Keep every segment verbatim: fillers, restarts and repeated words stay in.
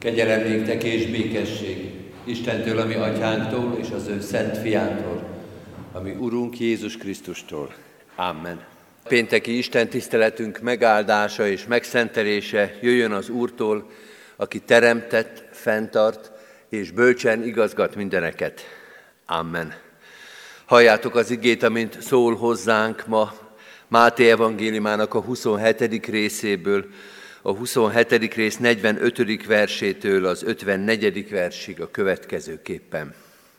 Kegyelem néktek és békesség Istentől, ami atyánktól, és az ő szent fiától, ami Urunk Jézus Krisztustól. Amen. Pénteki Isten tiszteletünk megáldása és megszentelése jöjjön az Úrtól, aki teremtett, fenntart és bölcsen igazgat mindeneket. Amen. Halljátok az igét, amint szól hozzánk ma Máté evangéliumának a huszonhetedik részéből, a huszonhetedik rész negyvenötödik versétől az ötvennegyedik versig a következőképpen.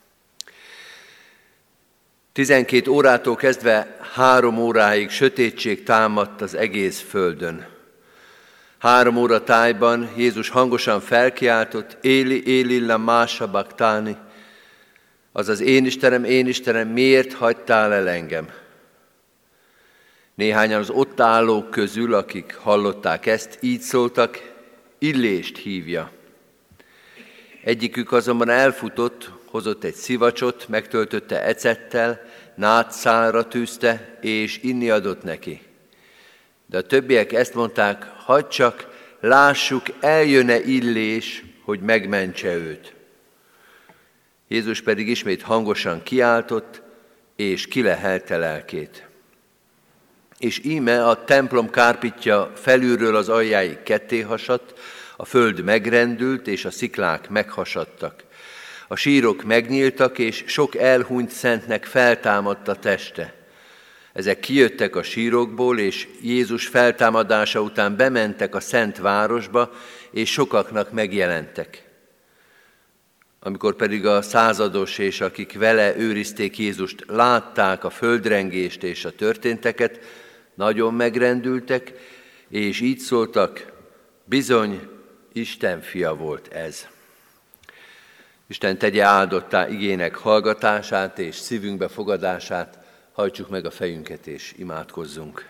Tizenkét órától kezdve három óráig sötétség támadt az egész földön. Három óra tájban Jézus hangosan felkiáltott, Éli, Éli, lama sabachthani, azaz én Istenem, én Istenem, miért hagytál el engem? Néhányan az ott állók közül, akik hallották ezt, így szóltak, Illést hívja. Egyikük azonban elfutott, hozott egy szivacsot, megtöltötte ecettel, nátszálra tűzte, és inni adott neki. De a többiek ezt mondták, hagyd csak, lássuk, eljön-e Illés, hogy megmentse őt. Jézus pedig ismét hangosan kiáltott, és kilehelte lelkét. És íme a templom kárpitja felülről az aljáig ketté hasadt, a föld megrendült, és a sziklák meghasadtak. A sírok megnyíltak, és sok elhunyt szentnek feltámadt a teste. Ezek kijöttek a sírokból, és Jézus feltámadása után bementek a szent városba, és sokaknak megjelentek. Amikor pedig a százados és akik vele őrizték Jézust látták a földrengést és a történteket, nagyon megrendültek, és így szóltak, bizony, Isten fia volt ez. Isten tegye áldottá igének hallgatását és szívünkbe fogadását, hajtsuk meg a fejünket és imádkozzunk.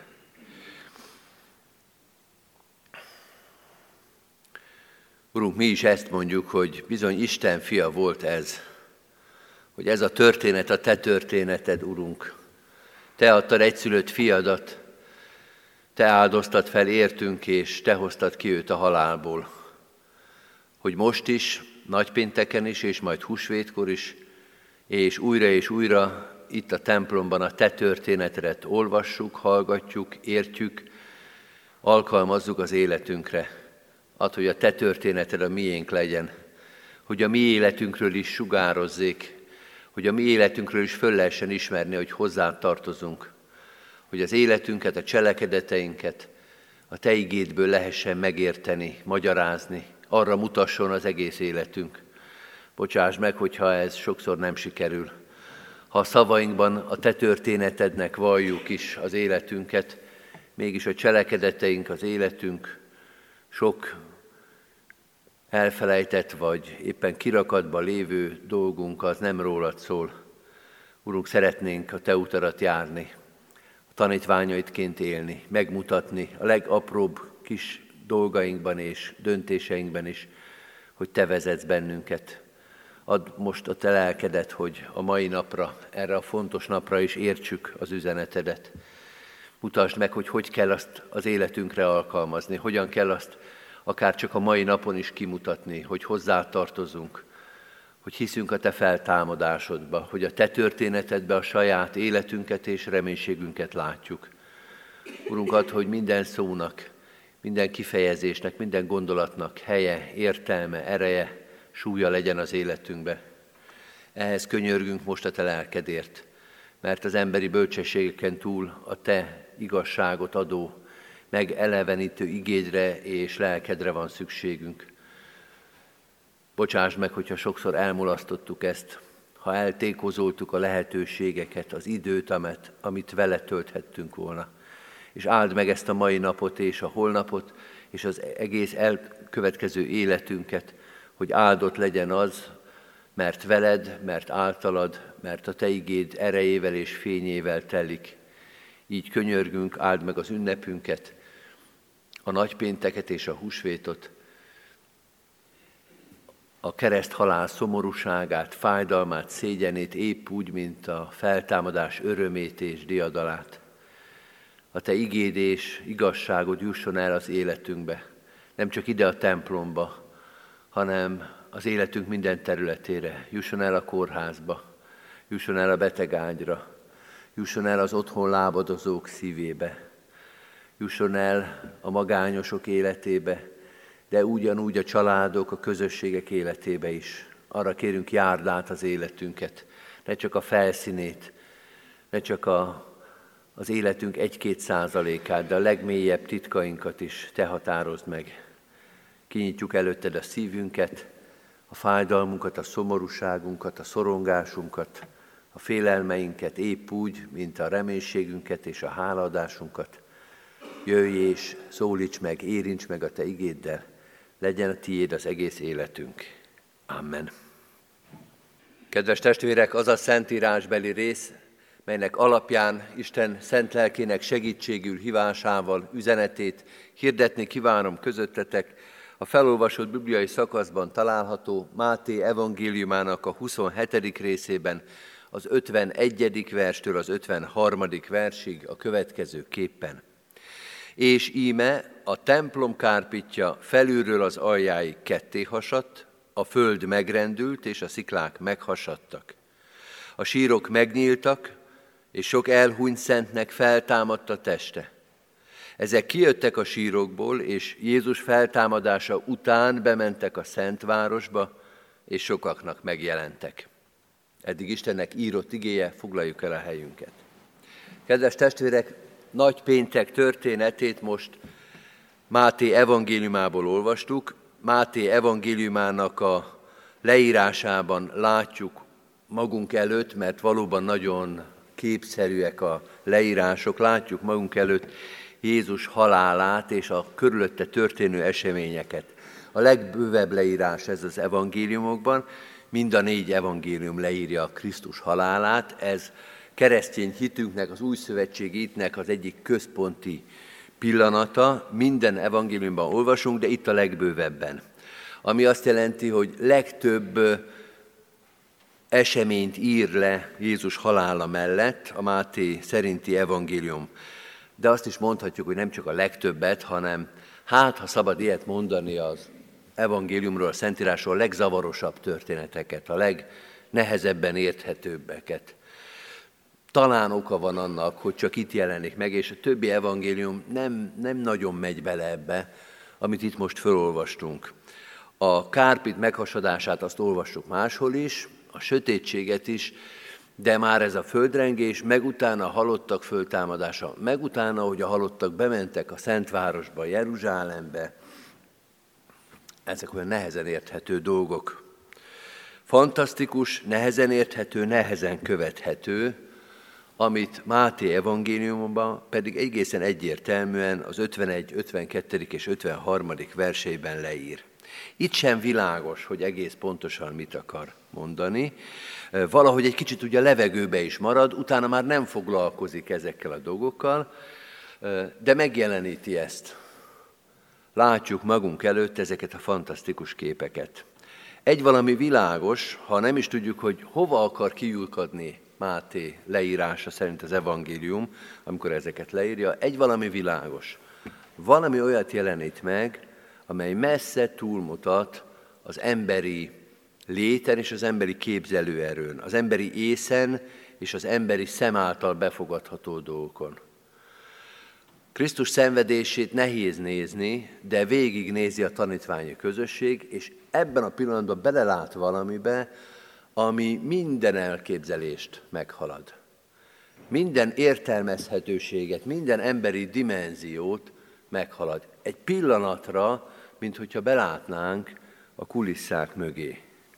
Urunk, mi is ezt mondjuk, hogy bizony Isten fia volt ez, hogy ez a történet a te történeted, Urunk. Te adtad egyszülött fiadat, te áldoztad fel értünk, és te hoztad ki őt a halálból. Hogy most is, nagypénteken is, és majd húsvétkor is, és újra és újra itt a templomban a te történetedet olvassuk, hallgatjuk, értjük, alkalmazzuk az életünkre. Add, hogy a te történeted a miénk legyen, hogy a mi életünkről is sugározzék, hogy a mi életünkről is föl lehessen ismerni, hogy hozzá tartozunk, hogy az életünket, a cselekedeteinket a te igédből lehessen megérteni, magyarázni, arra mutasson az egész életünk. Bocsáss meg, hogyha ez sokszor nem sikerül. Ha a szavainkban a te történetednek valljuk is az életünket, mégis a cselekedeteink, az életünk sok elfelejtett vagy éppen kirakatba lévő dolgunk az nem rólad szól. Urunk, szeretnénk a te utadat járni, a tanítványaidként élni, megmutatni a legapróbb kis dolgainkban és döntéseinkben is, hogy te vezetsz bennünket. Add most a te lelkedet, hogy a mai napra, erre a fontos napra is értsük az üzenetedet. Mutasd meg, hogy hogy kell azt az életünkre alkalmazni, hogyan kell azt akár csak a mai napon is kimutatni, hogy hozzá tartozunk, hogy hiszünk a te feltámadásodba, hogy a te történetedbe a saját életünket és reménységünket látjuk. Urunk, add, hogy minden szónak, minden kifejezésnek, minden gondolatnak helye, értelme, ereje, súlya legyen az életünkbe. Ehhez könyörgünk most a te lelkedért, mert az emberi bölcsességeken túl a te igazságot adó, megelevenítő igédre és lelkedre van szükségünk. Bocsáss meg, hogyha sokszor elmulasztottuk ezt, ha eltékozoltuk a lehetőségeket, az időt, amit, amit vele tölthettünk volna. És áld meg ezt a mai napot és a holnapot, és az egész elkövetkező életünket, hogy áldott legyen az, mert veled, mert általad, mert a te igéd erejével és fényével telik. Így könyörgünk, áld meg az ünnepünket, a nagypénteket és a húsvétot, a kereszthalál szomorúságát, fájdalmát, szégyenét, épp úgy, mint a feltámadás örömét és diadalát. A te igéd és igazságod jusson el az életünkbe, nem csak ide a templomba, hanem az életünk minden területére. Jusson el a kórházba, jusson el a betegágyra, jusson el az otthon lábadozók szívébe, jusson el a magányosok életébe, de ugyanúgy a családok, a közösségek életébe is. Arra kérünk, járd át az életünket, ne csak a felszínét, ne csak a, az életünk egy-két százalékát, de a legmélyebb titkainkat is te határozd meg. Kinyitjuk előtted a szívünket, a fájdalmunkat, a szomorúságunkat, a szorongásunkat, a félelmeinket épp úgy, mint a reménységünket és a hálaadásunkat. Jöjj és szólíts meg, érints meg a te igéddel, legyen a tiéd az egész életünk. Amen. Kedves testvérek, az a szentírásbeli rész, melynek alapján Isten szent lelkének segítségül hívásával üzenetét hirdetni kívánom közöttetek, a felolvasott bibliai szakaszban található Máté evangéliumának a huszonhetedik részében, az ötvenegyedik verstől az ötvenharmadik versig a következő képpen. És íme a templom kárpitja felülről az aljáig ketté hasadt, a föld megrendült, és a sziklák meghasadtak. A sírok megnyíltak, és sok elhunyt szentnek feltámadt a teste. Ezek kijöttek a sírokból, és Jézus feltámadása után bementek a Szentvárosba, és sokaknak megjelentek. Eddig Istennek írott igéje, foglaljuk el a helyünket. Kedves testvérek, nagy péntek történetét most Máté evangéliumából olvastuk. Máté evangéliumának a leírásában látjuk magunk előtt, mert valóban nagyon képszerűek a leírások, látjuk magunk előtt Jézus halálát és a körülötte történő eseményeket. A legbővebb leírás ez az evangéliumokban, mind a négy evangélium leírja a Krisztus halálát, ez keresztény hitünknek, az újszövetségi hitnek az egyik központi pillanata, minden evangéliumban olvasunk, de itt a legbővebben. Ami azt jelenti, hogy legtöbb eseményt ír le Jézus halála mellett a Máté szerinti evangélium. De azt is mondhatjuk, hogy nem csak a legtöbbet, hanem hát, ha szabad ilyet mondani az evangéliumról, a Szentírásról, a legzavarosabb történeteket, a legnehezebben érthetőbbeket. Talán oka van annak, hogy csak itt jelenik meg, és a többi evangélium nem, nem nagyon megy bele ebbe, amit itt most felolvastunk. A kárpit meghasadását azt olvassuk máshol is, a sötétséget is, de már ez a földrengés, meg utána a halottak föltámadása, meg utána, hogy a halottak bementek a Szentvárosba, Jeruzsálembe, ezek olyan nehezen érthető dolgok. Fantasztikus, nehezen érthető, nehezen követhető, amit Máté evangéliumban pedig egészen egyértelműen az ötvenegy, ötvenkettő és ötvenharmadik verseiben leír. Itt sem világos, hogy egész pontosan mit akar mondani. Valahogy egy kicsit ugye a levegőbe is marad, utána már nem foglalkozik ezekkel a dolgokkal, de megjeleníti ezt. Látjuk magunk előtt ezeket a fantasztikus képeket. Egy valami világos, ha nem is tudjuk, hogy hova akar kiukadni Máté leírása szerint az evangélium, amikor ezeket leírja, egy valami világos. Valami olyat jelenít meg, amely messze túlmutat az emberi léten és az emberi képzelőerőn, az emberi észen és az emberi szem által befogadható dolgokon. Krisztus szenvedését nehéz nézni, de végignézi a tanítványi közösség, és ebben a pillanatban belelát valamibe, ami minden elképzelést meghalad. Minden értelmezhetőséget, minden emberi dimenziót meghalad. Egy pillanatra, mint hogyha belátnánk a kulisszák mögé.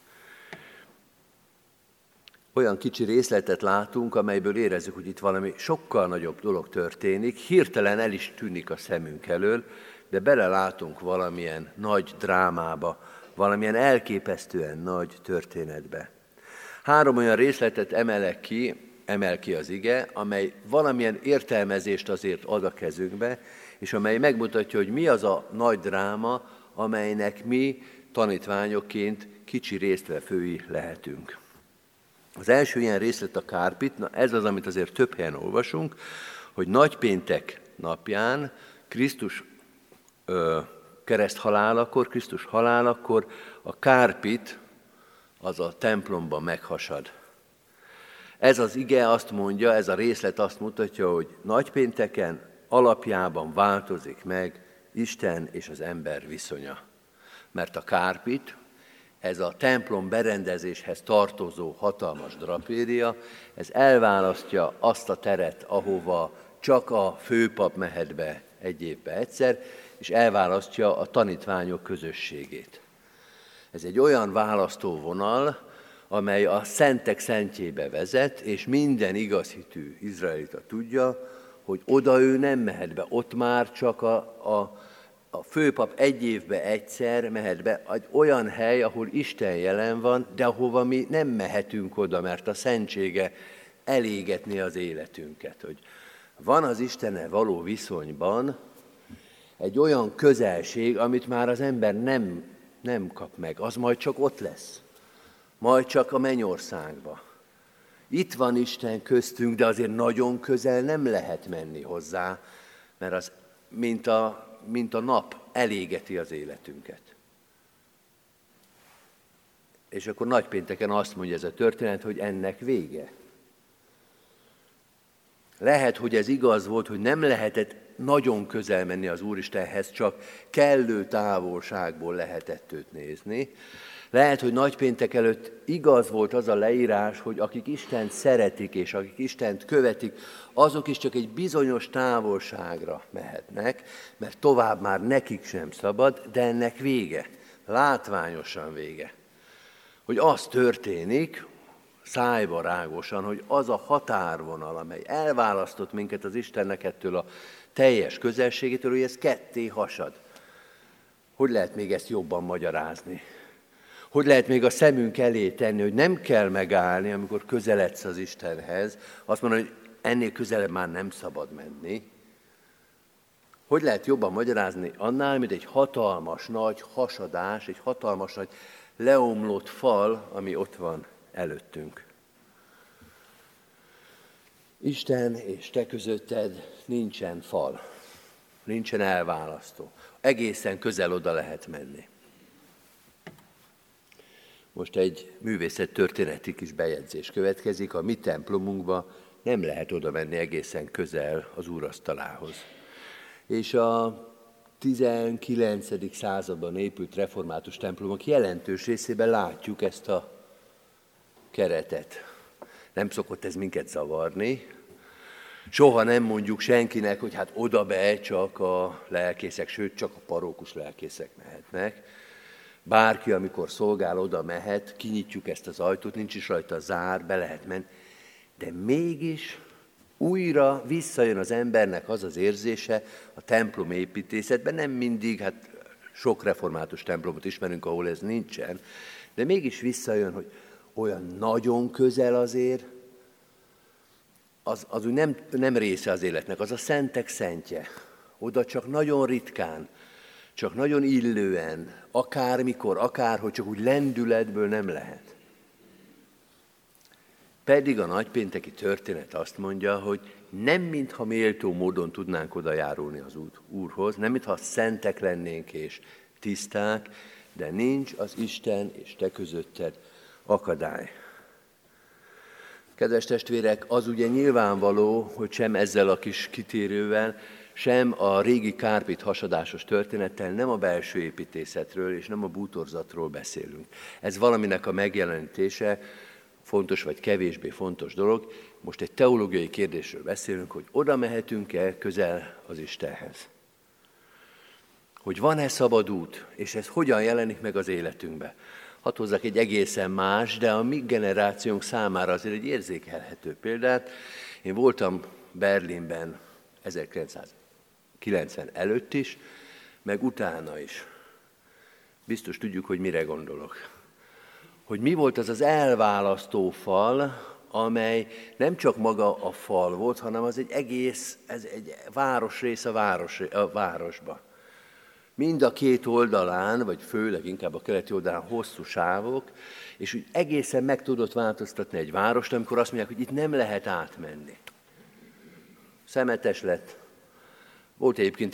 Olyan kicsi részletet látunk, amelyből érezzük, hogy itt valami sokkal nagyobb dolog történik, hirtelen el is tűnik a szemünk elől, de belelátunk valamilyen nagy drámába, valamilyen elképesztően nagy történetbe. Három olyan részletet emelek ki, emel ki az ige, amely valamilyen értelmezést azért ad a kezünkbe, és amely megmutatja, hogy mi az a nagy dráma, amelynek mi tanítványokként kicsi résztvevői lehetünk. Az első ilyen részlet a kárpit, na ez az, amit azért több helyen olvasunk, hogy nagypéntek napján Krisztus ö, kereszt halálakor, Krisztus halálakor a kárpit az a templomban meghasad. Ez az ige azt mondja, ez a részlet azt mutatja, hogy nagypénteken alapjában változik meg Isten és az ember viszonya. Mert a kárpit, ez a templom berendezéshez tartozó hatalmas drapéria, ez elválasztja azt a teret, ahova csak a főpap mehet be egy évbe egyszer, és elválasztja a tanítványok közösségét. Ez egy olyan választóvonal, amely a szentek szentjébe vezet, és minden igazhitű izraelita tudja, hogy oda ő nem mehet be, ott már csak a, a, a főpap egy évbe egyszer mehet be, egy olyan hely, ahol Isten jelen van, de ahova mi nem mehetünk oda, mert a szentsége elégetné az életünket. Hogy van az Istennel való viszonyban egy olyan közelség, amit már az ember nem, nem kap meg, az majd csak ott lesz, majd csak a mennyországba. Itt van Isten köztünk, de azért nagyon közel nem lehet menni hozzá, mert az, mint a, mint a nap, elégeti az életünket. És akkor nagypénteken azt mondja ez a történet, hogy ennek vége. Lehet, hogy ez igaz volt, hogy nem lehetett nagyon közel menni az Úristenhez, csak kellő távolságból lehetett őt nézni. Lehet, hogy nagypéntek előtt igaz volt az a leírás, hogy akik Istent szeretik és akik Istent követik, azok is csak egy bizonyos távolságra mehetnek, mert tovább már nekik sem szabad, de ennek vége, látványosan vége. Hogy az történik, szájba rágósan, hogy az a határvonal, amely elválasztott minket az Istennek ettől a teljes közelségétől, hogy ez ketté hasad. Hogy lehet még ezt jobban magyarázni? Hogy lehet még a szemünk elé tenni, hogy nem kell megállni, amikor közeledsz az Istenhez, azt mondani, hogy ennél közelebb már nem szabad menni. Hogy lehet jobban magyarázni annál, mint egy hatalmas nagy hasadás, egy hatalmas nagy leomlott fal, ami ott van előttünk. Isten és te közötted nincsen fal, nincsen elválasztó. Egészen közel oda lehet menni. Most egy művészettörténeti kis bejegyzés következik. A mi templomunkba nem lehet oda menni egészen közel az úrasztalához. És a tizenkilencedik században épült református templomok jelentős részében látjuk ezt a keretet. Nem szokott ez minket zavarni. Soha nem mondjuk senkinek, hogy hát oda be csak a lelkészek, sőt csak a parókus lelkészek mehetnek. Bárki, amikor szolgál, oda mehet, kinyitjuk ezt az ajtót, nincs is rajta zár, be lehet menni. De mégis újra visszajön az embernek az az érzése a templom építészetben, nem mindig, hát sok református templomot ismerünk, ahol ez nincsen, de mégis visszajön, hogy olyan nagyon közel azért, az, az úgy nem, nem része az életnek, az a szentek szentje. Oda csak nagyon ritkán, csak nagyon illően, akármikor, akárhogy, csak úgy lendületből nem lehet. Pedig a nagypénteki történet azt mondja, hogy nem mintha méltó módon tudnánk oda járulni az Úrhoz, nem mintha szentek lennénk és tiszták, de nincs az Isten és te közötted akadály. Kedves testvérek, az ugye nyilvánvaló, hogy sem ezzel a kis kitérővel, sem a régi kárpit hasadásos történettel nem a belső építészetről és nem a bútorzatról beszélünk. Ez valaminek a megjelenítése, fontos vagy kevésbé fontos dolog. Most egy teológiai kérdésről beszélünk, hogy oda mehetünk-e közel az Istenhez. Hogy van-e szabad út, és ez hogyan jelenik meg az életünkben. Hadd hozzak egy egészen más, de a mi generációnk számára azért egy érzékelhető példát. Én voltam Berlinben ezerkilencszázkilencven előtt is, meg utána is. Biztos tudjuk, hogy mire gondolok. Hogy mi volt az az elválasztó fal, amely nem csak maga a fal volt, hanem az egy egész, ez egy városrész a, város, a városba. Mind a két oldalán, vagy főleg inkább a keleti oldalán hosszú sávok, és úgy egészen meg tudott változtatni egy várost, amikor azt mondják, hogy itt nem lehet átmenni. Szemetes lett. Volt egyébként egy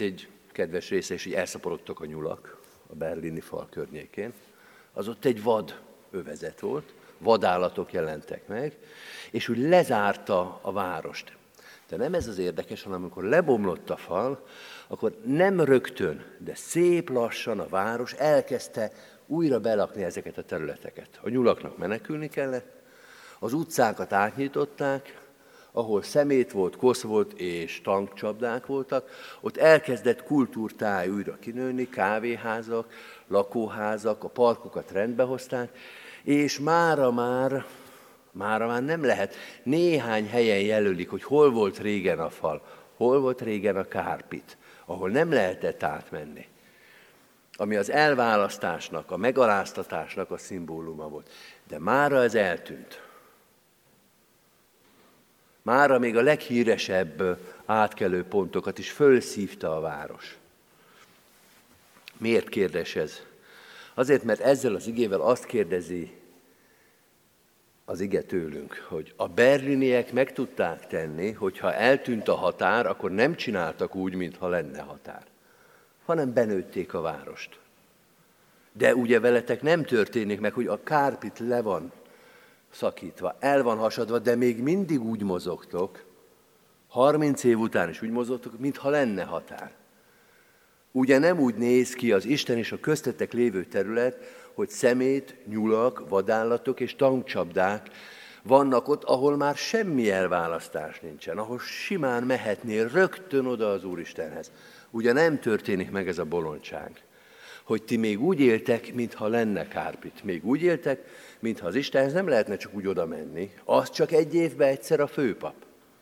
kedves része is, hogy elszaporodtak a nyulak a berlini fal környékén. Az ott egy vad övezet volt, vadállatok jelentek meg, és úgy lezárta a várost. De nem ez az érdekes, hanem amikor lebomlott a fal, akkor nem rögtön, de szép lassan a város elkezdte újra belakni ezeket a területeket. A nyulaknak menekülni kellett, az utcákat átnyitották, ahol szemét volt, kosz volt és tankcsapdák voltak, ott elkezdett kultúrtáj újra kinőni, kávéházak, lakóházak, a parkokat rendbe hozták, és mára már, mára már nem lehet. Néhány helyen jelölik, hogy hol volt régen a fal, hol volt régen a kárpit, ahol nem lehetett átmenni. Ami az elválasztásnak, a megaláztatásnak a szimbóluma volt. De mára ez eltűnt. Mára még a leghíresebb átkelő pontokat is fölszívta a város. Miért kérdés ez? Azért, mert ezzel az igével azt kérdezi az ige tőlünk, hogy a berliniek meg tudták tenni, hogyha eltűnt a határ, akkor nem csináltak úgy, mintha lenne határ, hanem benőtték a várost. De ugye veletek nem történik meg, hogy a kárpit le van szakítva, el van hasadva, de még mindig úgy mozogtok, harminc év után is úgy mozogtok, mintha lenne határ. Ugye nem úgy néz ki az Isten és a köztetek lévő terület, hogy szemét, nyulak, vadállatok és tankcsapdák vannak ott, ahol már semmi elválasztás nincsen, ahol simán mehetnél rögtön oda az Úristenhez. Ugye nem történik meg ez a bolondság, hogy ti még úgy éltek, mintha lenne kárpit. Még úgy éltek, mintha az Istenhez nem lehetne csak úgy oda menni. Az csak egy évben egyszer a főpap.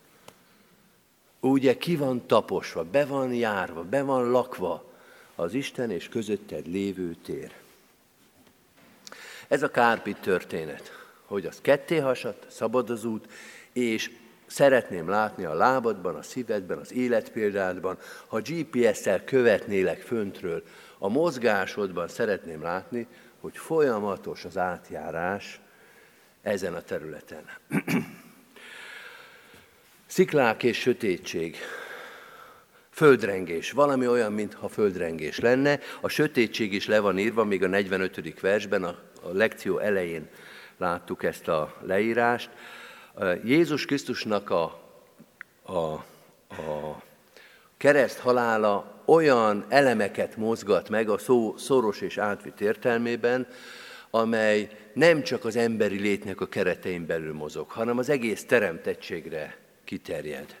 Ugye ki van taposva, be van járva, be van lakva az Isten és közötted lévő tér. Ez a kárpit történet, hogy az ketté hasadt, szabad az út, és szeretném látni a lábadban, a szívedben, az életpéldádban, ha gé pé es-szel követnélek föntről, a mozgásodban szeretném látni, hogy folyamatos az átjárás ezen a területen. Sziklák és sötétség, földrengés, valami olyan, mintha földrengés lenne. A sötétség is le van írva, még a negyvenötödik versben, a, a lekció elején láttuk ezt a leírást. Jézus Krisztusnak a, a, a kereszt halála olyan elemeket mozgat meg a szó szoros és átvitt értelmében, amely nem csak az emberi létnek a keretein belül mozog, hanem az egész teremtettségre kiterjed.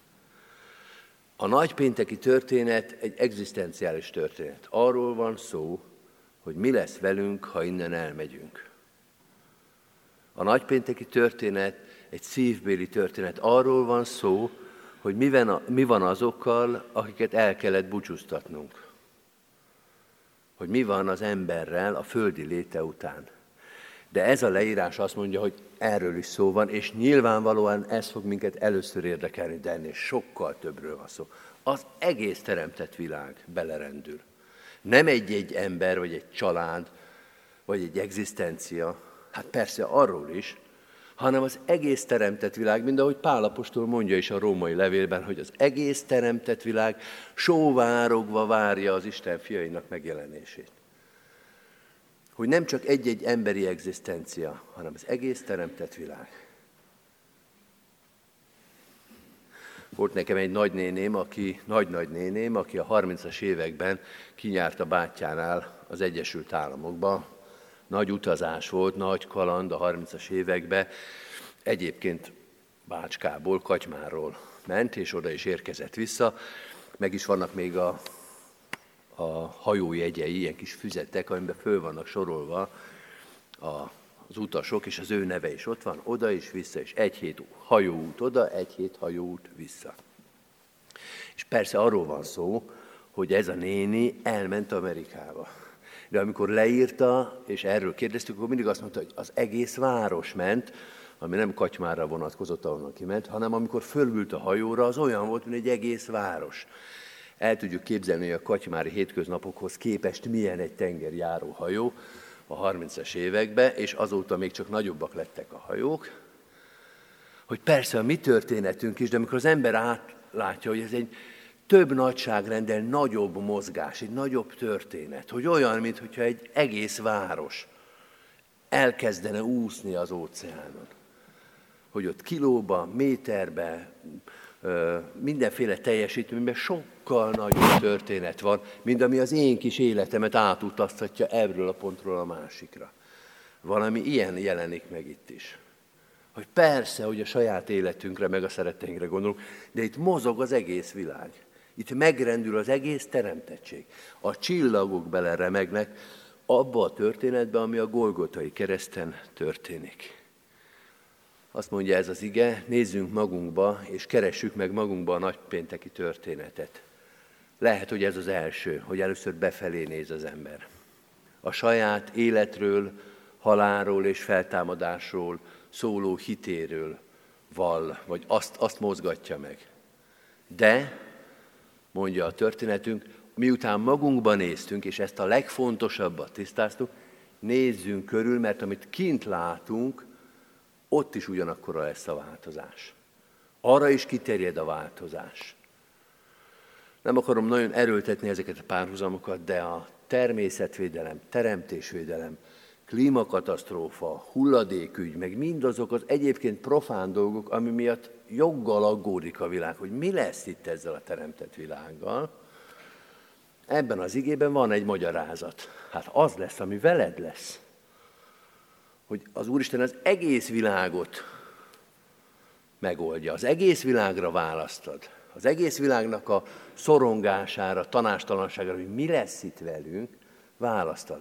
A nagypénteki történet egy egzisztenciális történet. Arról van szó, hogy mi lesz velünk, ha innen elmegyünk. A nagypénteki történet egy szívbéli történet. Arról van szó, hogy mi van, mi van azokkal, akiket el kellett búcsúztatnunk. Hogy mi van az emberrel a földi léte után. De ez a leírás azt mondja, hogy erről is szó van, és nyilvánvalóan ez fog minket először érdekelni, de ennél sokkal többről van szó. Az egész teremtett világ belerendül. Nem egy-egy ember, vagy egy család, vagy egy egzisztencia, hát persze arról is, hanem az egész teremtett világ, mind ahogy Pál apostol mondja is a római levélben, hogy az egész teremtett világ sóvárogva várja az Isten fiainak megjelenését. Hogy nem csak egy-egy emberi egzisztencia, hanem az egész teremtett világ. Volt nekem egy nagynéném, aki, nagy-nagynéném, aki a harmincas években kinyárt a bátyjánál az Egyesült Államokba. Nagy utazás volt, nagy kaland a harmincas években. Egyébként Bácskából, Katymáról ment, és oda is érkezett vissza. Meg is vannak még a, a hajójegyei, ilyen kis füzetek, amiben föl vannak sorolva a, az utasok, és az ő neve is ott van, oda is vissza, és egy hét hajóút oda, egy hét hajóút vissza. És persze arról van szó, hogy ez a néni elment Amerikába. De amikor leírta, és erről kérdeztük, akkor mindig azt mondta, hogy az egész város ment, ami nem Katymára vonatkozott, ahonnan kiment, hanem amikor fölült a hajóra, az olyan volt, mint egy egész város. El tudjuk képzelni, hogy a katymári hétköznapokhoz képest milyen egy tengerjáró hajó a harmincas években, és azóta még csak nagyobbak lettek a hajók, hogy persze a mi történetünk is, de amikor az ember átlátja, hogy ez egy több nagyságrendel nagyobb mozgás, egy nagyobb történet, hogy olyan, mintha egy egész város elkezdene úszni az óceánon. Hogy ott kilóba, méterbe, mindenféle teljesítményben sokkal nagyobb történet van, mint ami az én kis életemet átutaztatja erről a pontról a másikra. Valami ilyen jelenik meg itt is. Hogy persze, hogy a saját életünkre, meg a szeretteinkre gondolunk, de itt mozog az egész világ. Itt megrendül az egész teremtettség. A csillagok beleremegnek abba a történetbe, ami a Golgotai kereszten történik. Azt mondja ez az ige, nézzünk magunkba, és keressük meg magunkba a nagypénteki történetet. Lehet, hogy ez az első, hogy először befelé néz az ember. A saját életről, halálról és feltámadásról szóló hitéről vall, vagy azt, azt mozgatja meg. De, mondja a történetünk, miután magunkba néztünk, és ezt a legfontosabbat tisztáztuk, nézzünk körül, mert amit kint látunk, ott is ugyanakkora lesz a változás. Arra is kiterjed a változás. Nem akarom nagyon erőltetni ezeket a párhuzamokat, de a természetvédelem, teremtésvédelem, klímakatasztrófa, hulladékügy, meg mindazok az egyébként profán dolgok, ami miatt joggal aggódik a világ, hogy mi lesz itt ezzel a teremtett világgal. Ebben az igében van egy magyarázat. Hát az lesz, ami veled lesz. Hogy az Úristen az egész világot megoldja, az egész világra választod, az egész világnak a szorongására, tanástalanságára, hogy mi lesz itt velünk, választod.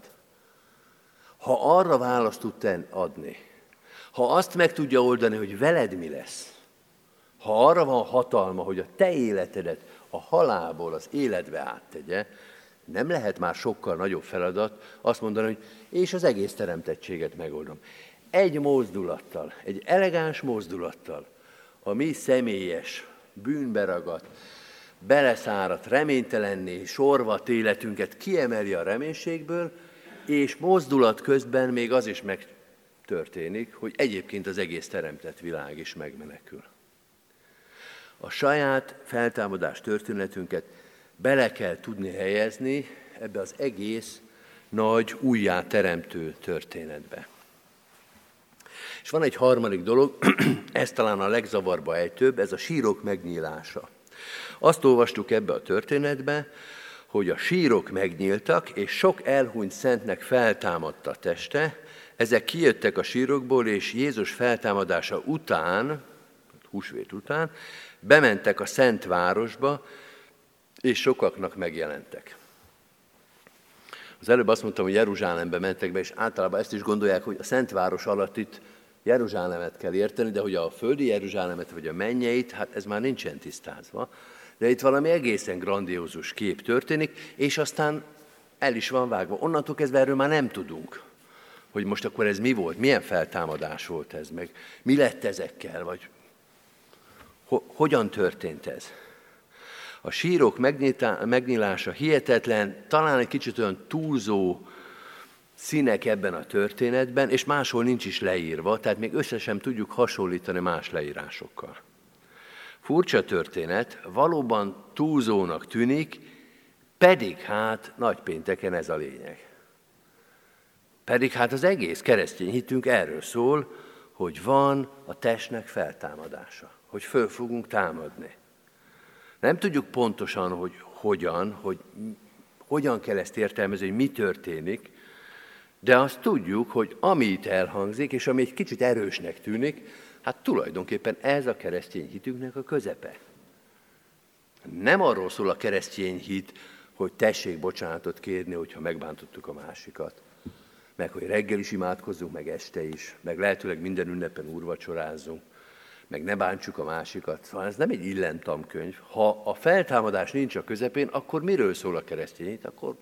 Ha arra választ tud adni, ha azt meg tudja oldani, hogy veled mi lesz, ha arra van hatalma, hogy a te életedet a halálból az életbe áttegye, nem lehet már sokkal nagyobb feladat azt mondani, hogy és az egész teremtettséget megoldom. Egy mozdulattal, egy elegáns mozdulattal, a mi személyes, bűnberagadt, beleszáradt, reménytelenné sorvadt életünket kiemeli a reménységből, és mozdulat közben még az is megtörténik, hogy egyébként az egész teremtett világ is megmenekül. A saját feltámadás történetünket bele kell tudni helyezni ebbe az egész nagy újjáteremtő történetbe. És van egy harmadik dolog, ez talán a legzavarba ejtőbb, ez a sírok megnyílása. Azt olvastuk ebbe a történetbe, hogy a sírok megnyíltak, és sok elhunyt szentnek feltámadt a teste, ezek kijöttek a sírokból, és Jézus feltámadása után, húsvét után, bementek a Szent Városba, és sokaknak megjelentek. Az előbb azt mondtam, hogy Jeruzsálembe mentek be, és általában ezt is gondolják, hogy a Szent Város alatt itt Jeruzsálemet kell érteni, de hogy a földi Jeruzsálemet vagy a mennyeit, hát ez már nincsen tisztázva. De itt valami egészen grandiózus kép történik, és aztán el is van vágva. Onnantól kezdve erről már nem tudunk, hogy most akkor ez mi volt, milyen feltámadás volt ez, meg mi lett ezekkel, vagy ho- hogyan történt ez. A sírok megnyílása hihetetlen, talán egy kicsit olyan túlzó színek ebben a történetben, és máshol nincs is leírva, tehát még össze sem tudjuk hasonlítani más leírásokkal. Furcsa történet, valóban túlzónak tűnik, pedig hát nagypénteken ez a lényeg. Pedig hát az egész keresztény hitünk erről szól, hogy van a testnek feltámadása, hogy föl fogunk támadni. Nem tudjuk pontosan, hogy hogyan, hogy hogyan kell ezt értelmezni, hogy mi történik, de azt tudjuk, hogy ami itt elhangzik, és ami egy kicsit erősnek tűnik, hát tulajdonképpen ez a keresztény hitünknek a közepe. Nem arról szól a keresztény hit, hogy tessék bocsánatot kérni, hogyha megbántottuk a másikat, meg hogy reggel is imádkozzunk, meg este is, meg lehetőleg minden ünnepen úrvacsorázzunk, meg ne bántsuk a másikat. Szóval ez nem egy illentamkönyv. Ha a feltámadás nincs a közepén, akkor miről szól a keresztény hit? Akkor...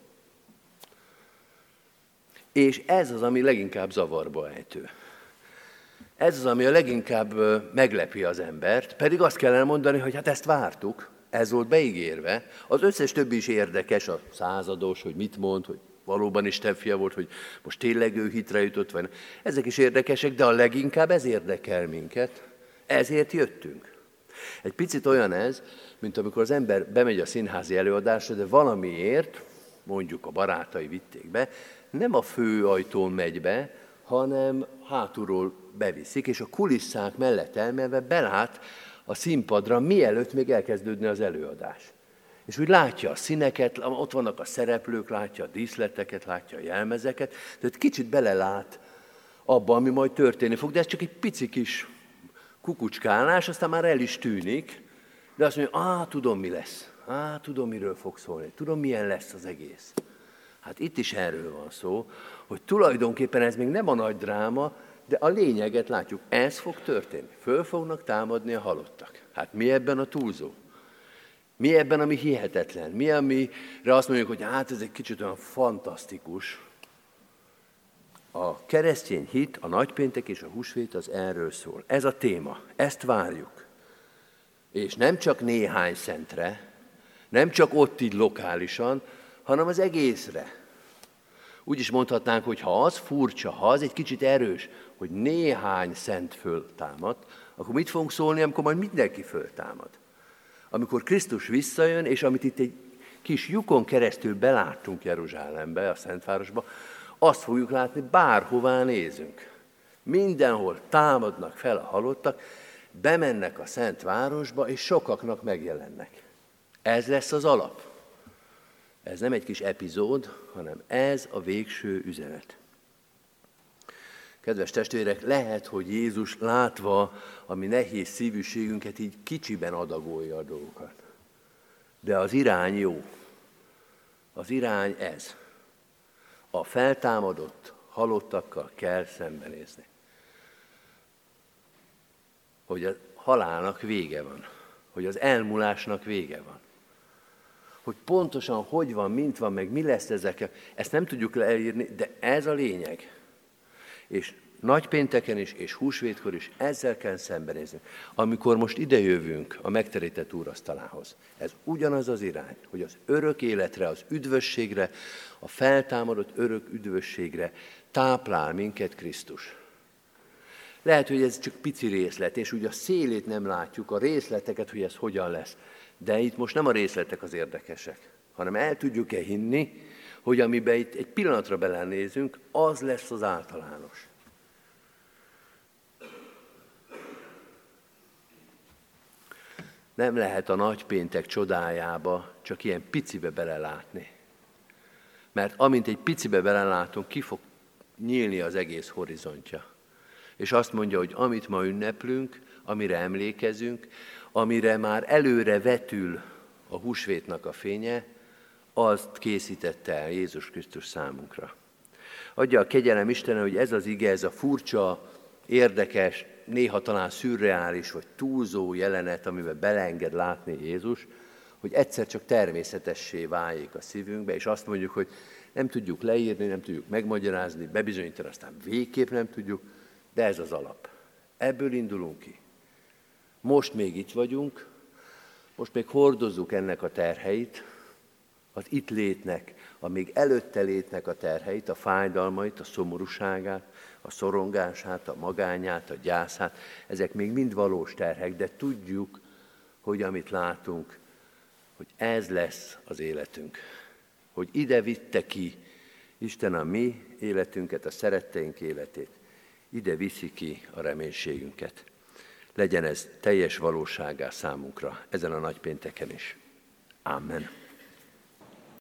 És ez az, ami leginkább zavarba ejtő. Ez az, ami a leginkább meglepi az embert, pedig azt kellene mondani, hogy hát ezt vártuk, ez volt beígérve. Az összes többi is érdekes, a százados, hogy mit mond, hogy valóban Isten fia volt, hogy most tényleg ő hitre jutott, vagy nem. Ezek is érdekesek, de a leginkább ez érdekel minket, ezért jöttünk. Egy picit olyan ez, mint amikor az ember bemegy a színházi előadásra, de valamiért, mondjuk a barátai vitték be, nem a fő ajtón megy be, hanem hátulról beviszik, és a kulisszák mellett elmenve belát a színpadra, mielőtt még elkezdődne az előadás. És úgy látja a színeket, ott vannak a szereplők, látja a díszleteket, látja a jelmezeket, tehát kicsit belelát abba, ami majd történni fog, de ez csak egy pici kis kukucskálás, aztán már el is tűnik, de azt mondja, á, tudom, mi lesz, á, tudom, miről fog szólni, tudom, milyen lesz az egész. Hát itt is erről van szó, hogy tulajdonképpen ez még nem a nagy dráma, de a lényeget látjuk, ez fog történni. Föl fognak támadni a halottak. Hát mi ebben a túlzó? Mi ebben, ami hihetetlen? Mi, amire azt mondjuk, hogy hát ez egy kicsit olyan fantasztikus? A keresztény hit, a nagypéntek és a húsvét az erről szól. Ez a téma, ezt várjuk. És nem csak néhány szentre, nem csak ott így lokálisan, hanem az egészre. Úgy is mondhatnánk, hogy ha az furcsa, ha az egy kicsit erős, hogy néhány szent föltámad, akkor mit fogunk szólni, amikor majd mindenki föltámad? Amikor Krisztus visszajön, és amit itt egy kis lyukon keresztül beláttunk Jeruzsálembe, a Szentvárosba, azt fogjuk látni, bárhová nézünk. Mindenhol támadnak fel a halottak, bemennek a Szentvárosba, és sokaknak megjelennek. Ez lesz az alap. Ez nem egy kis epizód, hanem ez a végső üzenet. Kedves testvérek, lehet, hogy Jézus látva a mi nehéz szívűségünket így kicsiben adagolja a dolgokat. De az irány jó. Az irány ez. A feltámadott halottakkal kell szembenézni. Hogy a halálnak vége van. Hogy az elmúlásnak vége van. Hogy pontosan hogy van, mint van, meg mi lesz ezekkel, ezt nem tudjuk leírni, de ez a lényeg. És nagypénteken is, és húsvétkor is ezzel kell szembenézni. Amikor most idejövünk a megterített úrasztalához, ez ugyanaz az irány, hogy az örök életre, az üdvösségre, a feltámadott örök üdvösségre táplál minket Krisztus. Lehet, hogy ez csak pici részlet, és úgy a szélét nem látjuk, a részleteket, hogy ez hogyan lesz. De itt most nem a részletek az érdekesek, hanem el tudjuk-e hinni, hogy amiben itt egy pillanatra belenézünk, az lesz az általános. Nem lehet a nagypéntek csodájába csak ilyen picibe belelátni. Mert amint egy picibe belelátunk, ki fog nyílni az egész horizontja. És azt mondja, hogy amit ma ünneplünk, amire emlékezünk, amire már előre vetül a húsvétnak a fénye, azt készítette el Jézus Krisztus számunkra. Adja a kegyelem Istene, hogy ez az ige, ez a furcsa, érdekes, néha talán szürreális vagy túlzó jelenet, amiben beleenged látni Jézus, hogy egyszer csak természetessé váljék a szívünkbe, és azt mondjuk, hogy nem tudjuk leírni, nem tudjuk megmagyarázni, bebizonyítani, aztán végképp nem tudjuk, de ez az alap. Ebből indulunk ki. Most még itt vagyunk, most még hordozzuk ennek a terheit, az itt létnek, a még előtte létnek a terheit, a fájdalmait, a szomorúságát, a szorongását, a magányát, a gyászát, ezek még mind valós terhek, de tudjuk, hogy amit látunk, hogy ez lesz az életünk. Hogy ide vitte ki Isten a mi életünket, a szeretteink életét. Ide viszi ki a reménységünket. Legyen ez teljes valóságá számunkra ezen a nagypénteken is. Amen.